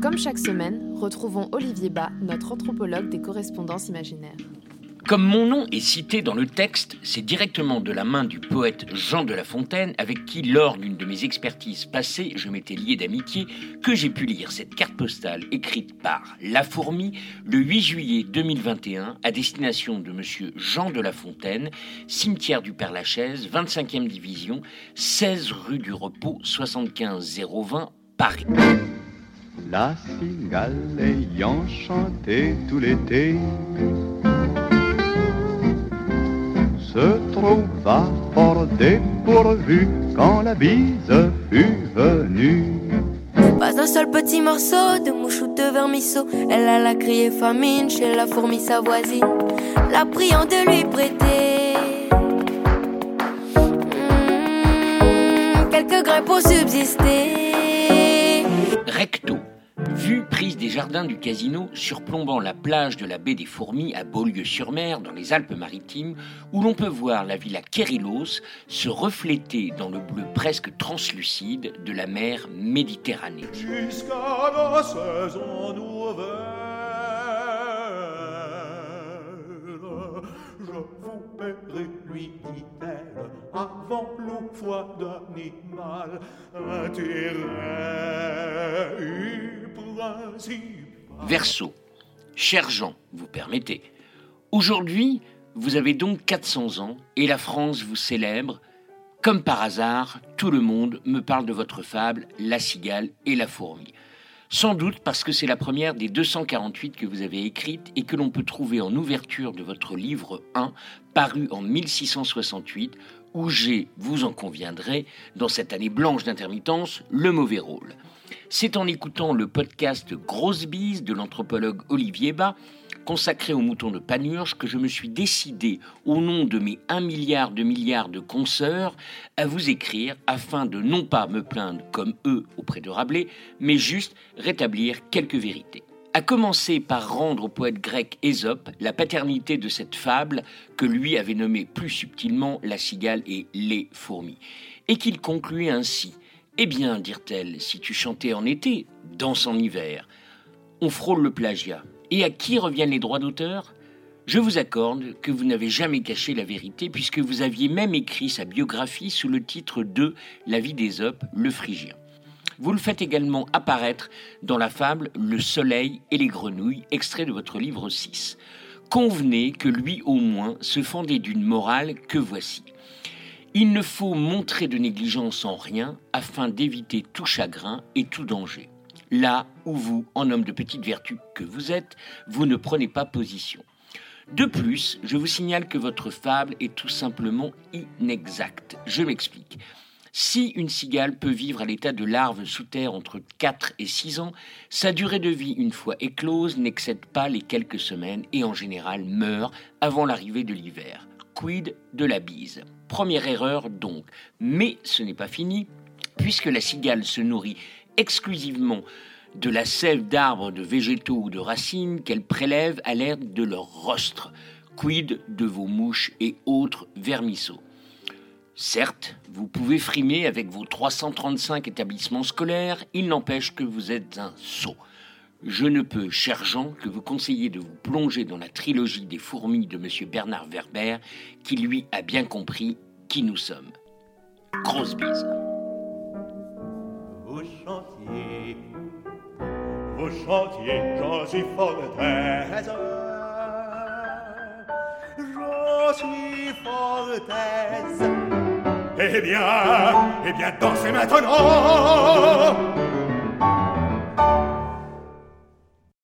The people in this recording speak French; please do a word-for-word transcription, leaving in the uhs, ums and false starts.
Comme chaque semaine, retrouvons Olivier Bas, notre anthropologue des correspondances imaginaires. Comme mon nom est cité dans le texte, c'est directement de la main du poète Jean de La Fontaine, avec qui, lors d'une de mes expertises passées, je m'étais lié d'amitié, que j'ai pu lire cette carte postale écrite par La Fourmi le huit juillet deux mille vingt et un à destination de monsieur Jean de La Fontaine, cimetière du Père-Lachaise, vingt-cinquième division, seize rue du Repos, soixante-quinze zéro vingt, Paris. La cigale ayant chanté tout l'été se trouva fort dépourvue quand la bise fut venue. Pas un seul petit morceau de mouche ou de vermisseau. Elle alla crier famine chez la fourmi sa voisine, la priant de lui prêter mmh, quelques grains pour subsister. Recto. Vue prise des jardins du casino surplombant la plage de la baie des Fourmis à Beaulieu-sur-Mer dans les Alpes-Maritimes, où l'on peut voir la villa Kérylos se refléter dans le bleu presque translucide de la mer Méditerranée. Jusqu'à la saison nouvelle, je vous paierai, lui dit-elle, avant l'eau foi d'animal, intérêt et principe. Verseau. Cher Jean, vous permettez. Aujourd'hui, vous avez donc quatre cents ans et la France vous célèbre. Comme par hasard, tout le monde me parle de votre fable La cigale et la fourmi. Sans doute parce que c'est la première des deux cent quarante-huit que vous avez écrite et que l'on peut trouver en ouverture de votre livre un, paru en mille six cent soixante-huit, où j'ai, vous en conviendrez, dans cette année blanche d'intermittence, le mauvais rôle. C'est en écoutant le podcast Grosse Bise de l'anthropologue Olivier Bas, consacré aux moutons de Panurge, que je me suis décidé, au nom de mes un milliard de milliards de consoeurs, à vous écrire afin de non pas me plaindre comme eux auprès de Rabelais, mais juste rétablir quelques vérités. À commencer par rendre au poète grec Ésope la paternité de cette fable que lui avait nommée plus subtilement la cigale et les fourmis, et qu'il concluait ainsi. Eh bien, dirent-elles, si tu chantais en été, danse en hiver. On frôle le plagiat. Et à qui reviennent les droits d'auteur ? Je vous accorde que vous n'avez jamais caché la vérité, puisque vous aviez même écrit sa biographie sous le titre de La vie d'Ésope, le Phrygien. Vous le faites également apparaître dans la fable Le soleil et les grenouilles, extrait de votre livre six. Convenez que lui au moins se fendait d'une morale que voici. Il ne faut montrer de négligence en rien afin d'éviter tout chagrin et tout danger. Là où vous, en homme de petite vertu que vous êtes, vous ne prenez pas position. De plus, je vous signale que votre fable est tout simplement inexacte. Je m'explique. Si une cigale peut vivre à l'état de larve sous terre entre quatre et six ans, sa durée de vie, une fois éclose, n'excède pas les quelques semaines et en général meurt avant l'arrivée de l'hiver. Quid de la bise ? Première erreur donc, mais ce n'est pas fini, puisque la cigale se nourrit exclusivement de la sève d'arbres, de végétaux ou de racines qu'elle prélève à l'aide de leur rostre. Quid de vos mouches et autres vermisseaux ? Certes, vous pouvez frimer avec vos trois cent trente-cinq établissements scolaires, il n'empêche que vous êtes un sot. Je ne peux, cher Jean, que vous conseiller de vous plonger dans la trilogie des fourmis de monsieur Bernard Werber, qui lui a bien compris qui nous sommes. Grosse bise. Vous chantiez, vous chantiez, j'en suis fort aise. J'en suis fort aise. Eh bien, eh bien, dansez maintenant.